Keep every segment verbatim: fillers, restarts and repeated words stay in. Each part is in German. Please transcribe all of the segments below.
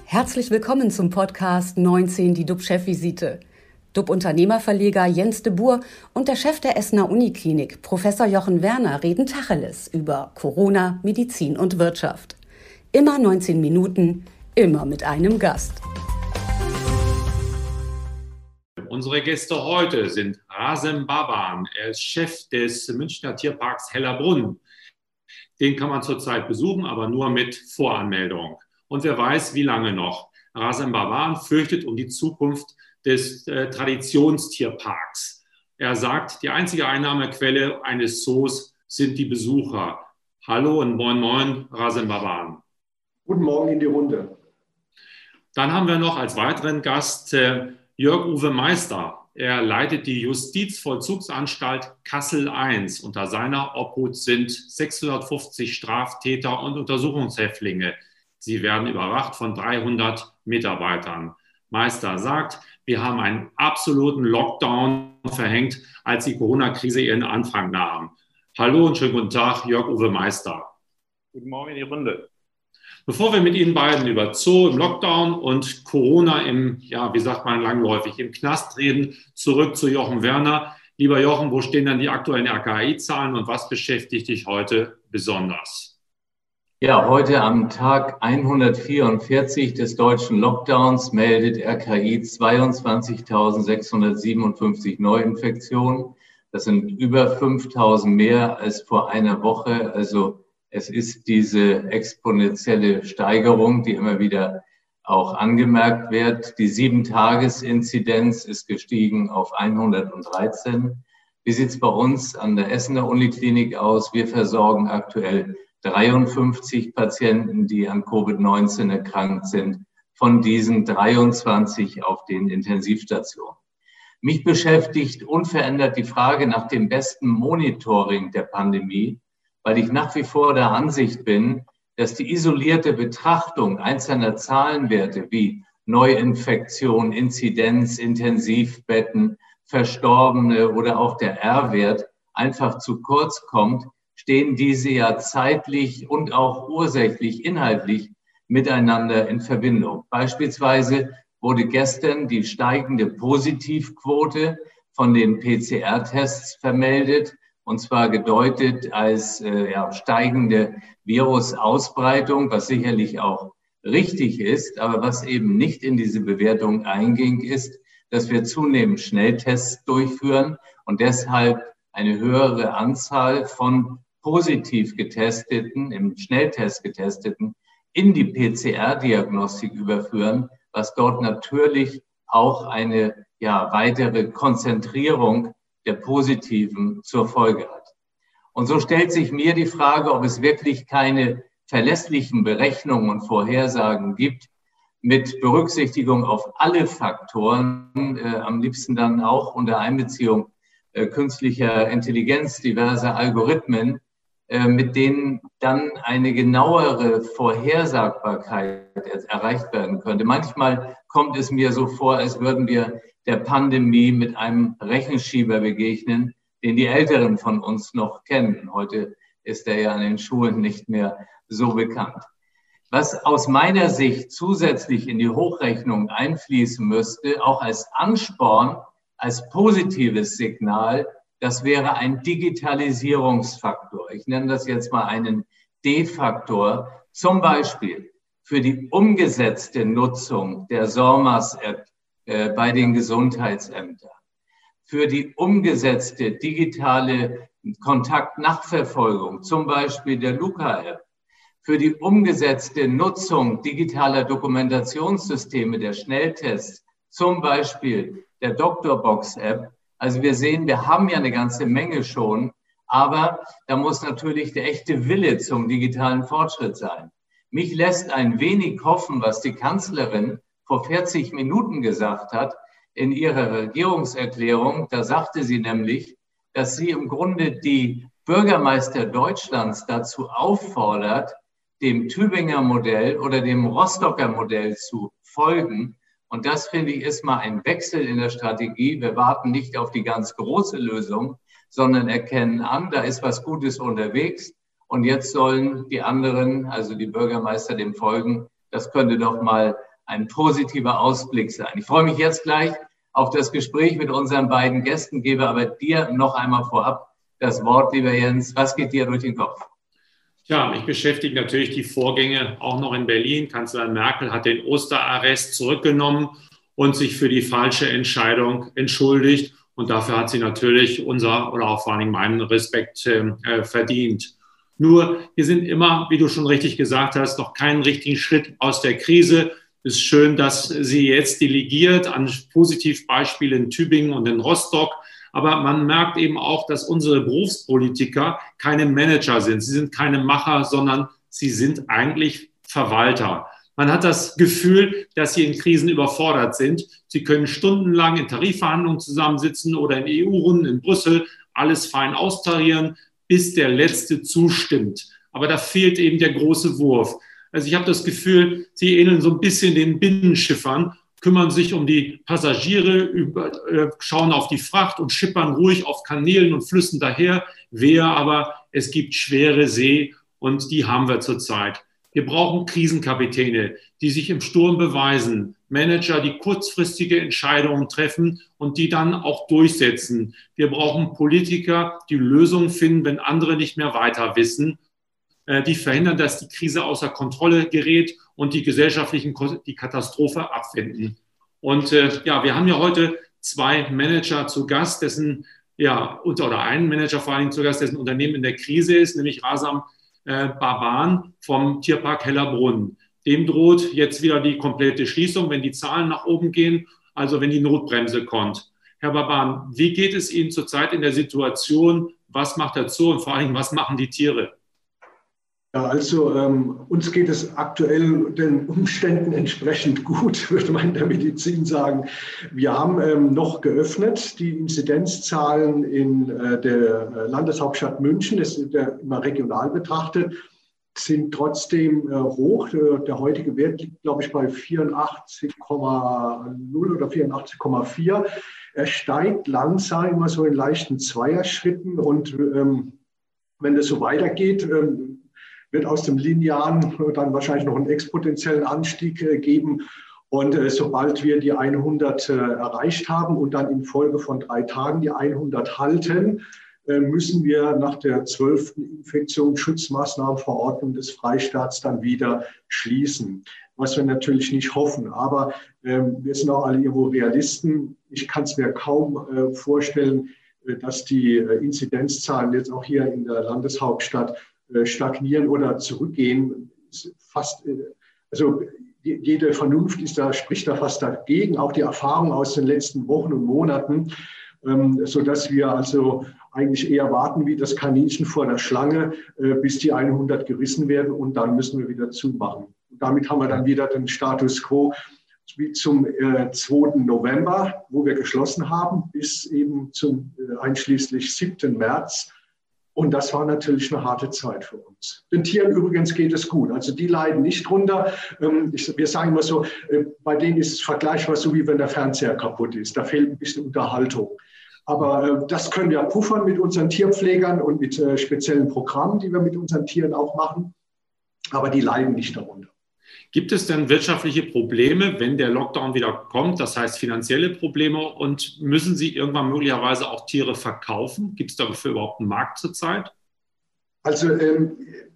Herzlich willkommen zum Podcast neunzehn, die D U B-Chefvisite. D U B-Unternehmerverleger Jens de Boer und der Chef der Essener Uniklinik, Professor Jochen Werner, reden Tacheles über Corona, Medizin und Wirtschaft. Immer neunzehn Minuten, immer mit einem Gast. Unsere Gäste heute sind Razem Baban. Er ist Chef des Münchner Tierparks Hellerbrunn. Den kann man zurzeit besuchen, aber nur mit Voranmeldung. Und wer weiß, wie lange noch. Razem Baban fürchtet um die Zukunft des äh, Traditionstierparks. Er sagt, die einzige Einnahmequelle eines Zoos sind die Besucher. Hallo und moin moin, Razem Baban. Guten Morgen in die Runde. Dann haben wir noch als weiteren Gast äh, Jörg-Uwe Meister. Er leitet die Justizvollzugsanstalt Kassel eins. Unter seiner Obhut sind sechshundertfünfzig Straftäter und Untersuchungshäftlinge. Sie werden überwacht von dreihundert Mitarbeitern. Meister sagt, wir haben einen absoluten Lockdown verhängt, als die Corona-Krise ihren Anfang nahm. Hallo und schönen guten Tag, Jörg-Uwe Meister. Guten Morgen in die Runde. Bevor wir mit Ihnen beiden über Zoo im Lockdown und Corona im, ja, wie sagt man langläufig, im Knast reden, zurück zu Jochen Werner. Lieber Jochen, wo stehen denn die aktuellen R K I-Zahlen und was beschäftigt dich heute besonders? Ja, heute am Tag hundertvierundvierzig des deutschen Lockdowns meldet R K I zweiundzwanzigtausendsechshundertsiebenundfünfzig Neuinfektionen. Das sind über fünftausend mehr als vor einer Woche. Also es ist diese exponentielle Steigerung, die immer wieder auch angemerkt wird. Die sieben-Tages-Inzidenz ist gestiegen auf hundertdreizehn. Wie sieht es bei uns an der Essener Uniklinik aus? Wir versorgen aktuell dreiundfünfzig Patienten, die an Covid neunzehn erkrankt sind, von diesen dreiundzwanzig auf den Intensivstationen. Mich beschäftigt unverändert die Frage nach dem besten Monitoring der Pandemie, weil ich nach wie vor der Ansicht bin, dass die isolierte Betrachtung einzelner Zahlenwerte wie Neuinfektion, Inzidenz, Intensivbetten, Verstorbene oder auch der R-Wert einfach zu kurz kommt, stehen diese ja zeitlich und auch ursächlich, inhaltlich miteinander in Verbindung. Beispielsweise wurde gestern die steigende Positivquote von den P C R-Tests vermeldet, und zwar gedeutet als äh, ja, steigende Virusausbreitung, was sicherlich auch richtig ist, aber was eben nicht in diese Bewertung einging, ist, dass wir zunehmend Schnelltests durchführen und deshalb eine höhere Anzahl von positiv getesteten, im Schnelltest getesteten, in die P C R-Diagnostik überführen, was dort natürlich auch eine ja, weitere Konzentrierung der Positiven zur Folge hat. Und so stellt sich mir die Frage, ob es wirklich keine verlässlichen Berechnungen und Vorhersagen gibt, mit Berücksichtigung auf alle Faktoren, äh, am liebsten dann auch unter Einbeziehung äh, künstlicher Intelligenz, diverser Algorithmen, mit denen dann eine genauere Vorhersagbarkeit erreicht werden könnte. Manchmal kommt es mir so vor, als würden wir der Pandemie mit einem Rechenschieber begegnen, den die Älteren von uns noch kennen. Heute ist er ja an den Schulen nicht mehr so bekannt. Was aus meiner Sicht zusätzlich in die Hochrechnung einfließen müsste, auch als Ansporn, als positives Signal, das wäre ein Digitalisierungsfaktor. Ich nenne das jetzt mal einen D-Faktor, zum Beispiel für die umgesetzte Nutzung der SORMAS-App äh, bei den Gesundheitsämtern, für die umgesetzte digitale Kontaktnachverfolgung, zum Beispiel der Luca-App, für die umgesetzte Nutzung digitaler Dokumentationssysteme der Schnelltests, zum Beispiel der Doktorbox-App. Also wir sehen, wir haben ja eine ganze Menge schon, aber da muss natürlich der echte Wille zum digitalen Fortschritt sein. Mich lässt ein wenig hoffen, was die Kanzlerin vor vierzig Minuten gesagt hat in ihrer Regierungserklärung. Da sagte sie nämlich, dass sie im Grunde die Bürgermeister Deutschlands dazu auffordert, dem Tübinger Modell oder dem Rostocker Modell zu folgen. Und das, finde ich, ist mal ein Wechsel in der Strategie. Wir warten nicht auf die ganz große Lösung, sondern erkennen an, da ist was Gutes unterwegs. Und jetzt sollen die anderen, also die Bürgermeister, dem folgen. Das könnte doch mal ein positiver Ausblick sein. Ich freue mich jetzt gleich auf das Gespräch mit unseren beiden Gästen, gebe aber dir noch einmal vorab das Wort, lieber Jens. Was geht dir durch den Kopf? Ja, mich beschäftigen natürlich die Vorgänge auch noch in Berlin. Kanzlerin Merkel hat den Osterarrest zurückgenommen und sich für die falsche Entscheidung entschuldigt. Und dafür hat sie natürlich unser oder auch vor allem meinen Respekt äh, verdient. Nur, wir sind immer, wie du schon richtig gesagt hast, noch keinen richtigen Schritt aus der Krise. Es ist schön, dass sie jetzt delegiert an Positivbeispiele in Tübingen und in Rostock. Aber man merkt eben auch, dass unsere Berufspolitiker keine Manager sind. Sie sind keine Macher, sondern sie sind eigentlich Verwalter. Man hat das Gefühl, dass sie in Krisen überfordert sind. Sie können stundenlang in Tarifverhandlungen zusammensitzen oder in E U-Runden in Brüssel, alles fein austarieren, bis der Letzte zustimmt. Aber da fehlt eben der große Wurf. Also ich habe das Gefühl, sie ähneln so ein bisschen den Binnenschiffern, kümmern sich um die Passagiere, über, äh, schauen auf die Fracht und schippern ruhig auf Kanälen und Flüssen daher. Wehe, aber es gibt schwere See und die haben wir zurzeit. Wir brauchen Krisenkapitäne, die sich im Sturm beweisen, Manager, die kurzfristige Entscheidungen treffen und die dann auch durchsetzen. Wir brauchen Politiker, die Lösungen finden, wenn andere nicht mehr weiter wissen, äh, die verhindern, dass die Krise außer Kontrolle gerät und die gesellschaftlichen die Katastrophe abwenden. Und äh, ja, wir haben ja heute zwei Manager zu Gast, dessen ja unter oder einen Manager vor allem zu Gast, dessen Unternehmen in der Krise ist, nämlich Razan äh, Baban vom Tierpark Hellerbrunn. Dem droht jetzt wieder die komplette Schließung, wenn die Zahlen nach oben gehen, also wenn die Notbremse kommt. Herr Baban, wie geht es Ihnen zurzeit in der Situation? Was macht der Zoo und vor allem, was machen die Tiere? Ja, also ähm, uns geht es aktuell den Umständen entsprechend gut, würde man in der Medizin sagen. Wir haben ähm, noch geöffnet. Die Inzidenzzahlen in äh, der Landeshauptstadt München, das ist ja immer regional betrachtet, sind trotzdem äh, hoch. Der, der heutige Wert liegt, glaube ich, bei vierundachtzig Komma null oder vierundachtzig Komma vier. Er steigt langsam, immer so in leichten Zweierschritten. Und ähm, wenn das so weitergeht, ähm, wird aus dem linearen dann wahrscheinlich noch einen exponentiellen Anstieg äh, geben. Und äh, sobald wir die hundert äh, erreicht haben und dann in Folge von drei Tagen die hundert halten, äh, müssen wir nach der zwölften Infektionsschutzmaßnahmenverordnung des Freistaats dann wieder schließen. Was wir natürlich nicht hoffen. Aber äh, wir sind auch alle irgendwo Realisten. Ich kann es mir kaum äh, vorstellen, äh, dass die äh, Inzidenzzahlen jetzt auch hier in der Landeshauptstadt stagnieren oder zurückgehen. Fast, also jede Vernunft ist da, spricht da fast dagegen, auch die Erfahrung aus den letzten Wochen und Monaten, sodass wir also eigentlich eher warten wie das Kaninchen vor der Schlange, bis die hundert gerissen werden und dann müssen wir wieder zumachen. Und damit haben wir dann wieder den Status quo wie zum zweiten November, wo wir geschlossen haben, bis eben zum einschließlich siebten März. Und das war natürlich eine harte Zeit für uns. Den Tieren übrigens geht es gut. Also die leiden nicht drunter. Wir sagen immer so, bei denen ist es vergleichbar so, wie wenn der Fernseher kaputt ist. Da fehlt ein bisschen Unterhaltung. Aber das können wir puffern mit unseren Tierpflegern und mit speziellen Programmen, die wir mit unseren Tieren auch machen. Aber die leiden nicht darunter. Gibt es denn wirtschaftliche Probleme, wenn der Lockdown wieder kommt, das heißt finanzielle Probleme, und müssen Sie irgendwann möglicherweise auch Tiere verkaufen? Gibt es dafür überhaupt einen Markt zurzeit? Also ähm,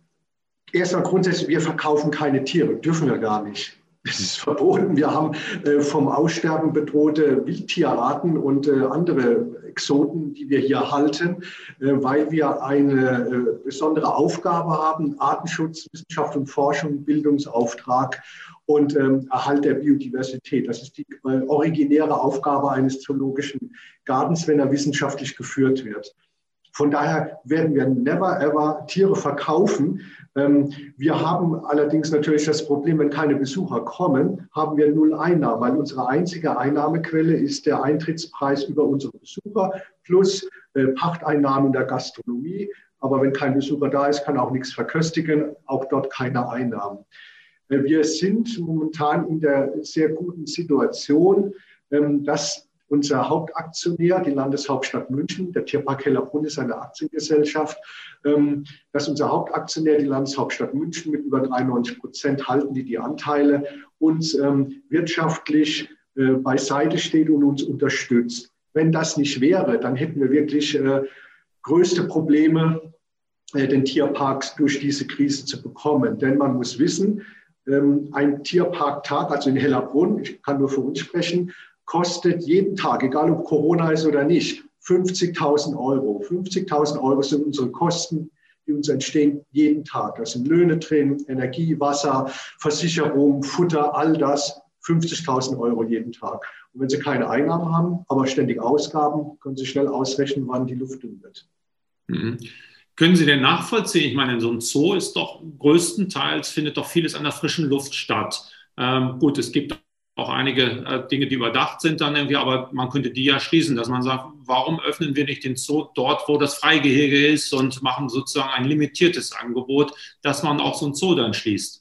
erstmal grundsätzlich, wir verkaufen keine Tiere, dürfen wir gar nicht. Das ist verboten. Wir haben äh, vom Aussterben bedrohte Wildtierarten und äh, andere Exoten, die wir hier halten, äh, weil wir eine äh, besondere Aufgabe haben: Artenschutz, Wissenschaft und Forschung, Bildungsauftrag und ähm, Erhalt der Biodiversität. Das ist die äh, originäre Aufgabe eines zoologischen Gartens, wenn er wissenschaftlich geführt wird. Von daher werden wir never ever Tiere verkaufen. Wir haben allerdings natürlich das Problem, wenn keine Besucher kommen, haben wir null Einnahmen, weil unsere einzige Einnahmequelle ist der Eintrittspreis über unsere Besucher plus Pachteinnahmen in der Gastronomie. Aber wenn kein Besucher da ist, kann auch nichts verköstigen, auch dort keine Einnahmen. Wir sind momentan in der sehr guten Situation, dass unser Hauptaktionär, die Landeshauptstadt München, der Tierpark Hellerbrunn ist eine Aktiengesellschaft, ähm, dass unser Hauptaktionär, die Landeshauptstadt München, mit über dreiundneunzig Prozent halten die die Anteile, uns ähm, wirtschaftlich äh, beiseite steht und uns unterstützt. Wenn das nicht wäre, dann hätten wir wirklich äh, größte Probleme, äh, den Tierpark durch diese Krise zu bekommen. Denn man muss wissen, ähm, ein Tierparktag, also in Hellerbrunn, ich kann nur für uns sprechen, kostet jeden Tag, egal ob Corona ist oder nicht, fünfzigtausend Euro. fünfzigtausend Euro sind unsere Kosten, die uns entstehen jeden Tag. Da sind Löhne drin, Energie, Wasser, Versicherung, Futter, all das. fünfzigtausend Euro jeden Tag. Und wenn Sie keine Einnahmen haben, aber ständig Ausgaben, können Sie schnell ausrechnen, wann die Luft dünn wird. Mhm. Können Sie denn nachvollziehen? Ich meine, in so einem Zoo ist doch größtenteils, findet doch vieles an der frischen Luft statt. Ähm, gut, es gibt auch einige äh, Dinge, die überdacht sind dann irgendwie, aber man könnte die ja schließen, dass man sagt, warum öffnen wir nicht den Zoo dort, wo das Freigehege ist und machen sozusagen ein limitiertes Angebot, dass man auch so ein Zoo dann schließt?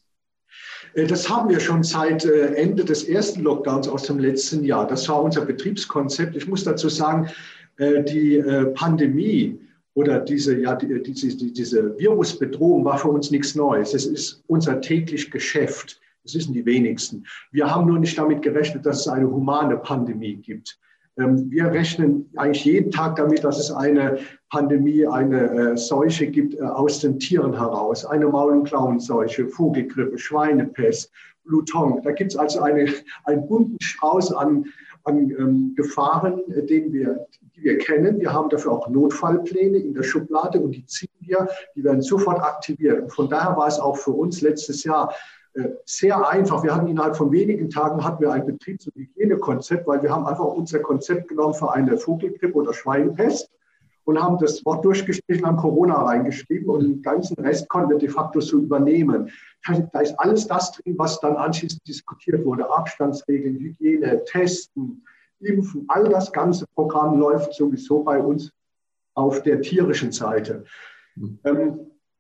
Das haben wir schon seit Ende des ersten Lockdowns aus dem letzten Jahr. Das war unser Betriebskonzept. Ich muss dazu sagen, die Pandemie oder diese, ja, diese, diese Virusbedrohung war für uns nichts Neues. Es ist unser täglich Geschäft. Das wissen die wenigsten. Wir haben nur nicht damit gerechnet, dass es eine humane Pandemie gibt. Wir rechnen eigentlich jeden Tag damit, dass es eine Pandemie, eine Seuche gibt aus den Tieren heraus. Eine Maul- und Klauenseuche, Vogelgrippe, Schweinepest, Bluton. Da gibt es also eine, einen bunten Strauß an, an ähm, Gefahren, den wir, die wir kennen. Wir haben dafür auch Notfallpläne in der Schublade und die ziehen wir, die werden sofort aktiviert. Und von daher war es auch für uns letztes Jahr sehr einfach. Wir hatten innerhalb von wenigen Tagen hatten wir ein Betriebs- und Hygienekonzept, weil wir haben einfach unser Konzept genommen für eine Vogelgrippe oder Schweinepest und haben das Wort durchgestrichen, haben Corona reingeschrieben und den ganzen Rest konnten wir de facto so übernehmen. Da ist alles das drin, was dann anschließend diskutiert wurde. Abstandsregeln, Hygiene, Testen, Impfen, all das ganze Programm läuft sowieso bei uns auf der tierischen Seite. Mhm. Ähm,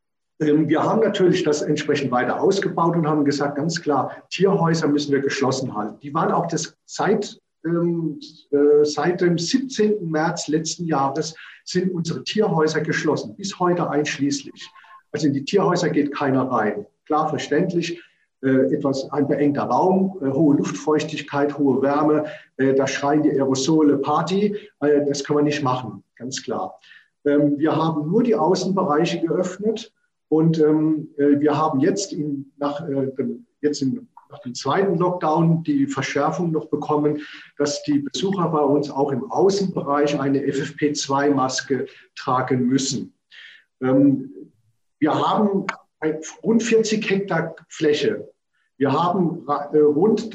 Wir haben natürlich das entsprechend weiter ausgebaut und haben gesagt, ganz klar, Tierhäuser müssen wir geschlossen halten. Die waren auch das seit, ähm, äh, seit dem siebzehnten März letzten Jahres sind unsere Tierhäuser geschlossen, bis heute einschließlich. Also in die Tierhäuser geht keiner rein. Klar, verständlich, äh, etwas ein beengter Raum, äh, hohe Luftfeuchtigkeit, hohe Wärme, äh, da schreien die Aerosole Party, äh, das kann man nicht machen, ganz klar. Ähm, wir haben nur die Außenbereiche geöffnet. Und ähm, wir haben jetzt, in, nach, äh, jetzt in, nach dem zweiten Lockdown die Verschärfung noch bekommen, dass die Besucher bei uns auch im Außenbereich eine F F P zwei Maske tragen müssen. Ähm, wir haben ein, rund vierzig Hektar Fläche. Wir haben äh, rund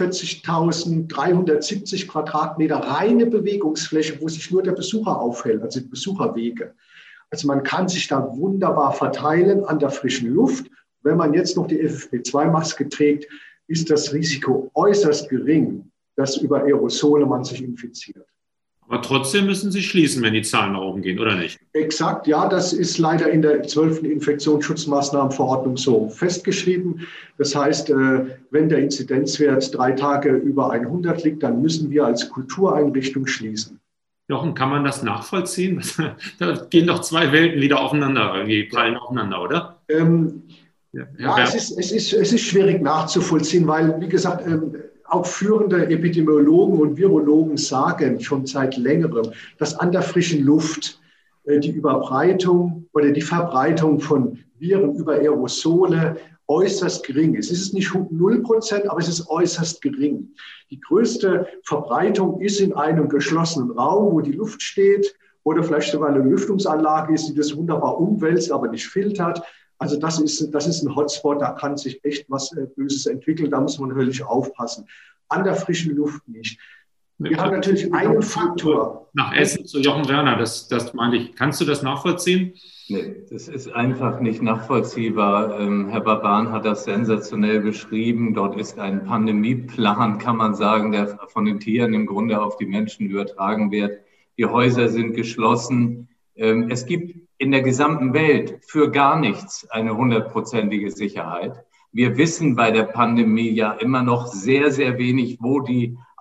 dreiundvierzigtausenddreihundertsiebzig Quadratmeter reine Bewegungsfläche, wo sich nur der Besucher aufhält, also die Besucherwege. Also man kann sich da wunderbar verteilen an der frischen Luft. Wenn man jetzt noch die F F P zwei Maske trägt, ist das Risiko äußerst gering, dass über Aerosole man sich infiziert. Aber trotzdem müssen Sie schließen, wenn die Zahlen nach oben gehen, oder nicht? Exakt, ja, das ist leider in der zwölften Infektionsschutzmaßnahmenverordnung so festgeschrieben. Das heißt, wenn der Inzidenzwert drei Tage über hundert liegt, dann müssen wir als Kultureinrichtung schließen. Jochen, kann man das nachvollziehen? Da gehen doch zwei Welten wieder aufeinander, irgendwie prallen aufeinander, oder? Ähm, ja, ja es, ist, es, ist, es ist schwierig nachzuvollziehen, weil, wie gesagt, ähm, auch führende Epidemiologen und Virologen sagen schon seit längerem, dass an der frischen Luft äh, die Überbreitung oder die Verbreitung von Viren über Aerosole äußerst gering ist. Es ist nicht null Prozent, aber es ist äußerst gering. Die größte Verbreitung ist in einem geschlossenen Raum, wo die Luft steht oder vielleicht sogar eine Lüftungsanlage ist, die das wunderbar umwälzt, aber nicht filtert. Also das ist, das ist ein Hotspot, da kann sich echt was Böses entwickeln, da muss man höllisch aufpassen. An der frischen Luft nicht. Wir haben natürlich einen Faktor. Nach Essen zu Jochen Werner, das, das meine ich. Kannst du das nachvollziehen? Nee, das ist einfach nicht nachvollziehbar. Ähm, Herr Baban hat das sensationell beschrieben. Dort ist ein Pandemieplan, kann man sagen, der von den Tieren im Grunde auf die Menschen übertragen wird. Die Häuser sind geschlossen. Ähm, es gibt in der gesamten Welt für gar nichts eine hundertprozentige Sicherheit. Wir wissen bei der Pandemie ja immer noch sehr, sehr wenig, wo die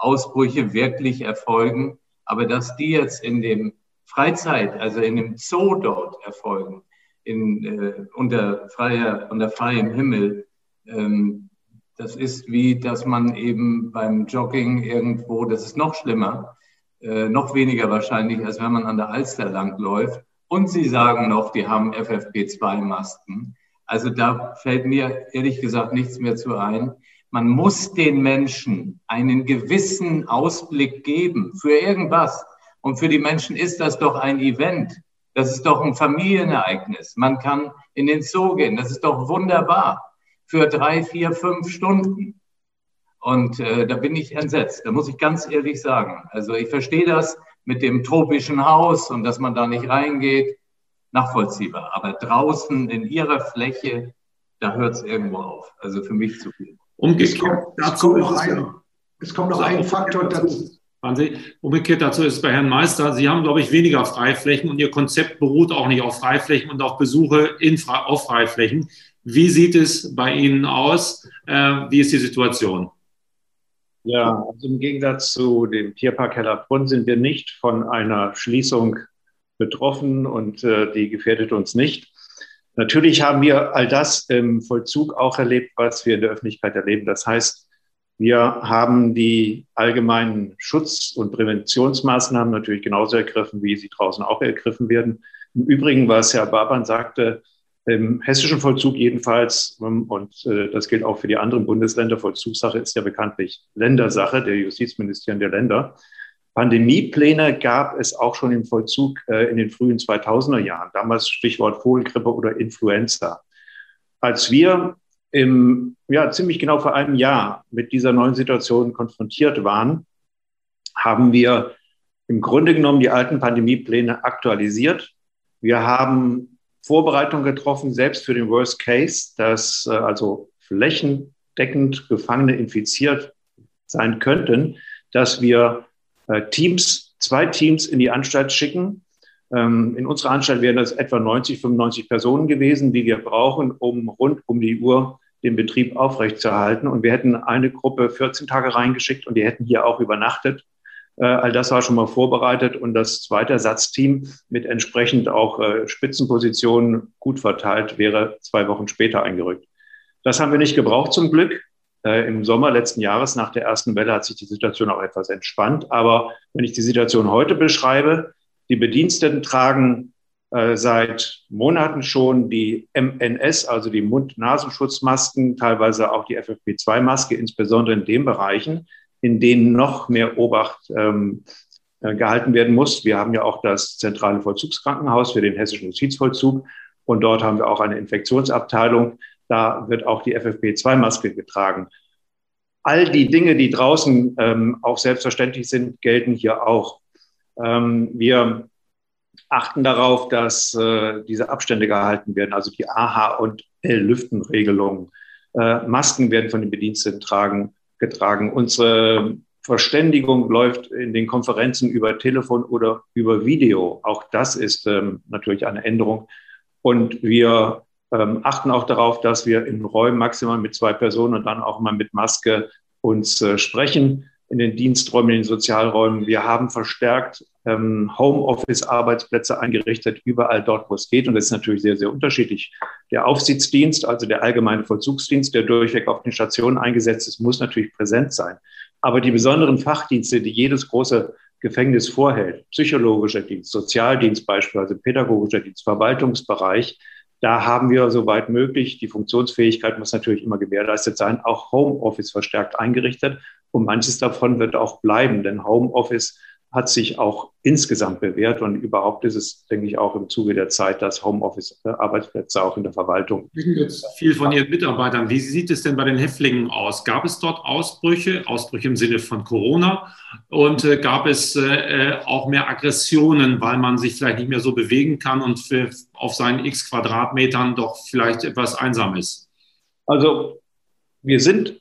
Ausbrüche wirklich erfolgen. Aber dass die jetzt in dem Freizeit, also in dem Zoo dort erfolgen, in, äh, unter, freier, unter freiem Himmel, ähm, das ist wie, dass man eben beim Jogging irgendwo, das ist noch schlimmer, äh, noch weniger wahrscheinlich, als wenn man an der Alster langläuft. Und Sie sagen noch, die haben F F P zwei Masken. Also da fällt mir ehrlich gesagt nichts mehr zu ein. Man muss den Menschen einen gewissen Ausblick geben für irgendwas. Und für die Menschen ist das doch ein Event. Das ist doch ein Familienereignis. Man kann in den Zoo gehen. Das ist doch wunderbar. Für drei, vier, fünf Stunden. Und äh, da bin ich entsetzt. Da muss ich ganz ehrlich sagen. Also ich verstehe das mit dem tropischen Haus und dass man da nicht reingeht. Nachvollziehbar. Aber draußen in ihrer Fläche, da hört es irgendwo auf. Also für mich zu viel. Umgekehrt dazu ist es ein, es kommt noch ein Faktor dazu. Umgekehrt dazu ist es bei Herrn Meister, Sie haben, glaube ich, weniger Freiflächen und Ihr Konzept beruht auch nicht auf Freiflächen und auf Besuche in, auf Freiflächen. Wie sieht es bei Ihnen aus? Äh, wie ist die Situation? Ja, also im Gegensatz zu dem Tierpark Hellerbrunn sind wir nicht von einer Schließung betroffen und äh, die gefährdet uns nicht. Natürlich haben wir all das im Vollzug auch erlebt, was wir in der Öffentlichkeit erleben. Das heißt, wir haben die allgemeinen Schutz- und Präventionsmaßnahmen natürlich genauso ergriffen, wie sie draußen auch ergriffen werden. Im Übrigen, was Herr Barban sagte, im hessischen Vollzug jedenfalls, und äh, das gilt auch für die anderen Bundesländer, Vollzugssache ist ja bekanntlich Ländersache der Justizministerien der Länder. Pandemiepläne gab es auch schon im Vollzug äh, in den frühen zweitausender Jahren, damals Stichwort Vogelgrippe oder Influenza. Als wir im, ja, ziemlich genau vor einem Jahr mit dieser neuen Situation konfrontiert waren, haben wir im Grunde genommen die alten Pandemiepläne aktualisiert. Wir haben Vorbereitungen getroffen, selbst für den Worst Case, dass äh, also flächendeckend Gefangene infiziert sein könnten, dass wir äh, Teams, zwei Teams in die Anstalt schicken. Ähm, in unserer Anstalt wären das etwa neunzig, fünfundneunzig Personen gewesen, die wir brauchen, um rund um die Uhr den Betrieb aufrechtzuerhalten. Und wir hätten eine Gruppe vierzehn Tage reingeschickt und die hätten hier auch übernachtet. Äh, all das war schon mal vorbereitet und das zweite Ersatzteam mit entsprechend auch äh, Spitzenpositionen gut verteilt wäre zwei Wochen später eingerückt. Das haben wir nicht gebraucht zum Glück. Äh, Im Sommer letzten Jahres nach der ersten Welle hat sich die Situation auch etwas entspannt. Aber wenn ich die Situation heute beschreibe, die Bediensteten tragen äh, seit Monaten schon die M N S, also die Mund-Nasenschutzmasken, teilweise auch die F F P zwei Maske, insbesondere in den Bereichen, in denen noch mehr Obacht ähm, äh, gehalten werden muss. Wir haben ja auch das zentrale Vollzugskrankenhaus für den hessischen Justizvollzug und dort haben wir auch eine Infektionsabteilung. Da wird auch die F F P zwei Maske getragen. All die Dinge, die draußen ähm, auch selbstverständlich sind, gelten hier auch. Ähm, wir achten darauf, dass äh, diese Abstände gehalten werden, also die A H und L-Lüftenregelungen. Äh, Masken werden von den Bediensteten tragen, getragen. Unsere Verständigung läuft in den Konferenzen über Telefon oder über Video. Auch das ist ähm, natürlich eine Änderung. Und wir ähm, achten auch darauf, dass wir in Räumen maximal mit zwei Personen und dann auch mal mit Maske uns äh, sprechen. In den Diensträumen, in den Sozialräumen. Wir haben verstärkt ähm, Homeoffice-Arbeitsplätze eingerichtet, überall dort, wo es geht. Und das ist natürlich sehr, sehr unterschiedlich. Der Aufsichtsdienst, also der allgemeine Vollzugsdienst, der durchweg auf den Stationen eingesetzt ist, muss natürlich präsent sein. Aber die besonderen Fachdienste, die jedes große Gefängnis vorhält, psychologischer Dienst, Sozialdienst beispielsweise, pädagogischer Dienst, Verwaltungsbereich, da haben wir soweit möglich, die Funktionsfähigkeit muss natürlich immer gewährleistet sein, auch Homeoffice verstärkt eingerichtet. Und manches davon wird auch bleiben, denn Homeoffice hat sich auch insgesamt bewährt. Und überhaupt ist es, denke ich, auch im Zuge der Zeit, dass Homeoffice-Arbeitsplätze auch in der Verwaltung. Wir wissen jetzt viel von Ihren Mitarbeitern. Wie sieht es denn bei den Häftlingen aus? Gab es dort Ausbrüche, Ausbrüche im Sinne von Corona? Und äh, gab es äh, auch mehr Aggressionen, weil man sich vielleicht nicht mehr so bewegen kann und für, auf seinen x Quadratmetern doch vielleicht etwas einsam ist? Also wir sind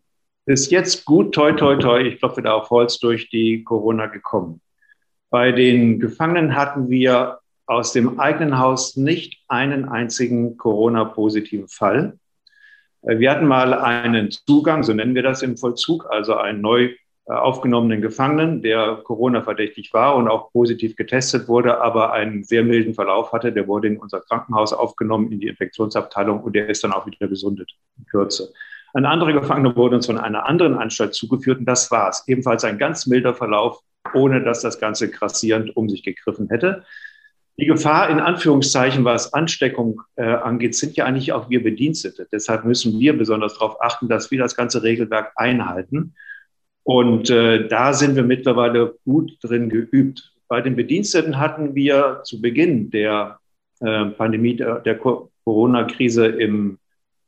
bis jetzt gut, toi, toi, toi, ich klopfe da auf Holz, durch die Corona gekommen. Bei den Gefangenen hatten wir aus dem eigenen Haus nicht einen einzigen Corona-positiven Fall. Wir hatten mal einen Zugang, so nennen wir das im Vollzug, also ein neu aufgenommenen Gefangenen, der Corona-verdächtig war und auch positiv getestet wurde, aber einen sehr milden Verlauf hatte. Der wurde in unser Krankenhaus aufgenommen, in die Infektionsabteilung, und der ist dann auch wieder gesundet in Kürze. Ein anderer Gefangener wurde uns von einer anderen Anstalt zugeführt, und das war's. Ebenfalls ein ganz milder Verlauf, ohne dass das Ganze grassierend um sich gegriffen hätte. Die Gefahr, in Anführungszeichen, was Ansteckung äh, angeht, sind ja eigentlich auch wir Bedienstete. Deshalb müssen wir besonders darauf achten, dass wir das ganze Regelwerk einhalten. Und äh, da sind wir mittlerweile gut drin geübt. Bei den Bediensteten hatten wir zu Beginn der äh, Pandemie, der, der Corona-Krise im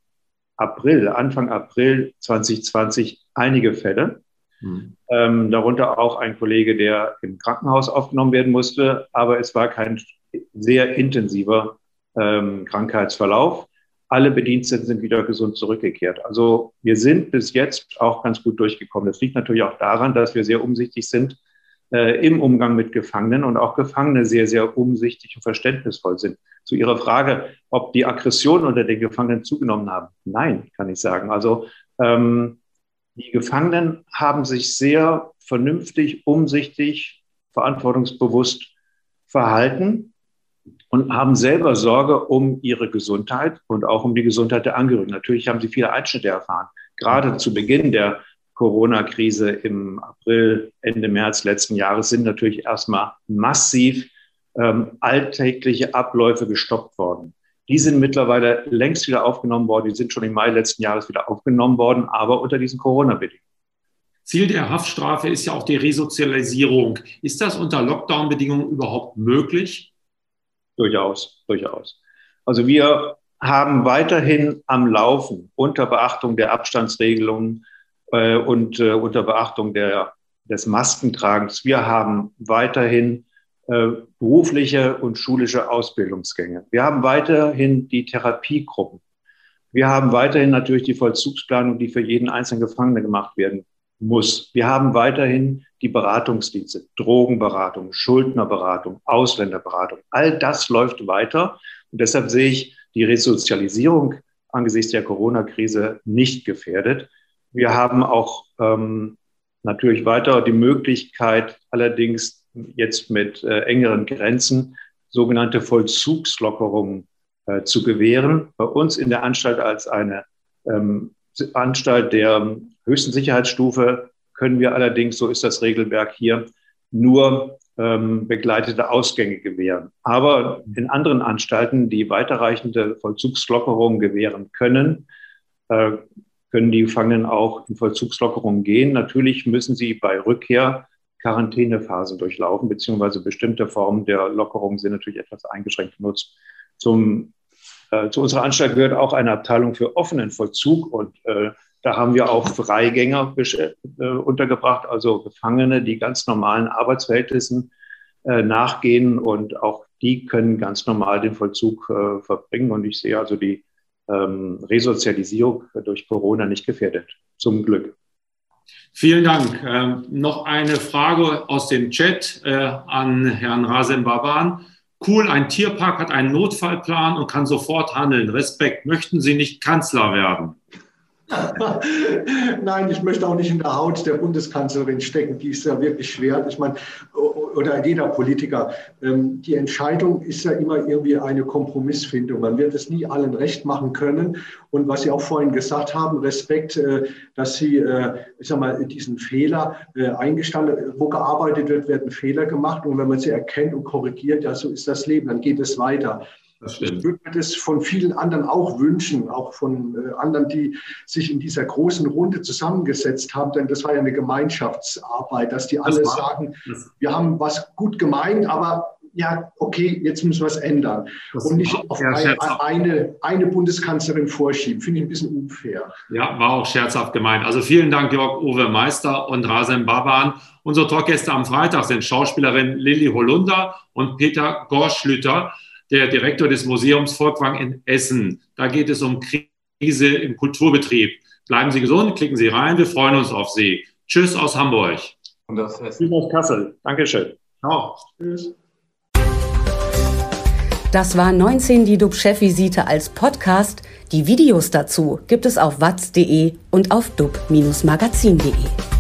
April, Anfang April zwanzig zwanzig, einige Fälle. Mhm. Ähm, darunter auch ein Kollege, der im Krankenhaus aufgenommen werden musste. Aber es war kein sehr intensiver ähm, Krankheitsverlauf. Alle Bediensteten sind wieder gesund zurückgekehrt. Also wir sind bis jetzt auch ganz gut durchgekommen. Das liegt natürlich auch daran, dass wir sehr umsichtig sind äh, im Umgang mit Gefangenen und auch Gefangene sehr, sehr umsichtig und verständnisvoll sind. Zu Ihrer Frage, ob die Aggressionen unter den Gefangenen zugenommen haben. Nein, kann ich sagen. Also ähm, die Gefangenen haben sich sehr vernünftig, umsichtig, verantwortungsbewusst verhalten und haben selber Sorge um ihre Gesundheit und auch um die Gesundheit der Angehörigen. Natürlich haben sie viele Einschnitte erfahren. Gerade zu Beginn der Corona-Krise im April, Ende März letzten Jahres sind natürlich erstmal massiv ähm, alltägliche Abläufe gestoppt worden. Die sind mittlerweile längst wieder aufgenommen worden. Die sind schon im Mai letzten Jahres wieder aufgenommen worden, aber unter diesen Corona-Bedingungen. Ziel der Haftstrafe ist ja auch die Resozialisierung. Ist das unter Lockdown-Bedingungen überhaupt möglich? Durchaus, durchaus. Also wir haben weiterhin am Laufen unter Beachtung der Abstandsregelungen äh, und äh, unter Beachtung der, des Maskentragens. Wir haben weiterhin äh, berufliche und schulische Ausbildungsgänge. Wir haben weiterhin die Therapiegruppen. Wir haben weiterhin natürlich die Vollzugsplanung, die für jeden einzelnen Gefangenen gemacht werden muss. Wir haben weiterhin die Beratungsdienste, Drogenberatung, Schuldnerberatung, Ausländerberatung. All das läuft weiter. Und deshalb sehe ich die Resozialisierung angesichts der Corona-Krise nicht gefährdet. Wir haben auch ähm, natürlich weiter die Möglichkeit, allerdings jetzt mit äh, engeren Grenzen, sogenannte Vollzugslockerungen äh, zu gewähren. Bei uns in der Anstalt als eine ähm, Anstalt der höchsten Sicherheitsstufe können wir allerdings, so ist das Regelwerk hier, nur ähm, begleitete Ausgänge gewähren. Aber in anderen Anstalten, die weiterreichende Vollzugslockerungen gewähren können, äh, können die Gefangenen auch in Vollzugslockerungen gehen. Natürlich müssen sie bei Rückkehr Quarantänephasen durchlaufen, beziehungsweise bestimmte Formen der Lockerung sind natürlich etwas eingeschränkt genutzt. Zum, äh, zu unserer Anstalt gehört auch eine Abteilung für offenen Vollzug und äh, da haben wir auch Freigänger äh, untergebracht, also Gefangene, die ganz normalen Arbeitsverhältnissen äh, nachgehen und auch die können ganz normal den Vollzug äh, verbringen. Und ich sehe also die ähm, Resozialisierung durch Corona nicht gefährdet, zum Glück. Vielen Dank. Ähm, noch eine Frage aus dem Chat äh, an Herrn Razem Baban. Cool, ein Tierpark hat einen Notfallplan und kann sofort handeln. Respekt. Möchten Sie nicht Kanzler werden? Nein, ich möchte auch nicht in der Haut der Bundeskanzlerin stecken. Die ist ja wirklich schwer. Ich meine, oder jeder Politiker. Die Entscheidung ist ja immer irgendwie eine Kompromissfindung. Man wird es nie allen recht machen können. Und was Sie auch vorhin gesagt haben, Respekt, dass Sie, ich sag mal, diesen Fehler eingestanden, wo gearbeitet wird, werden Fehler gemacht. Und wenn man sie erkennt und korrigiert, ja, so ist das Leben, dann geht es weiter. Ich würde mir das von vielen anderen auch wünschen, auch von äh, anderen, die sich in dieser großen Runde zusammengesetzt haben, denn das war ja eine Gemeinschaftsarbeit, dass die alle sagen, wir haben was gut gemeint, aber ja, okay, jetzt müssen wir es ändern. Das und nicht auf ein, eine, eine Bundeskanzlerin vorschieben. Finde ich ein bisschen unfair. Ja, war auch scherzhaft gemeint. Also vielen Dank, Jörg-Uwe Meister und Razem Baban. Unsere Talkgäste am Freitag sind Schauspielerin Lilly Holunder und Peter Gorschlüter, der Direktor des Museums Volkwang in Essen. Da geht es um Krise im Kulturbetrieb. Bleiben Sie gesund, klicken Sie rein, wir freuen uns auf Sie. Tschüss aus Hamburg. Und aus Essen. Aus Kassel. Dankeschön. Ciao. Tschüss. Das war neunzehn die D U B-Chefvisite als Podcast. Die Videos dazu gibt es auf watz punkt de und auf dub Bindestrich magazin punkt de.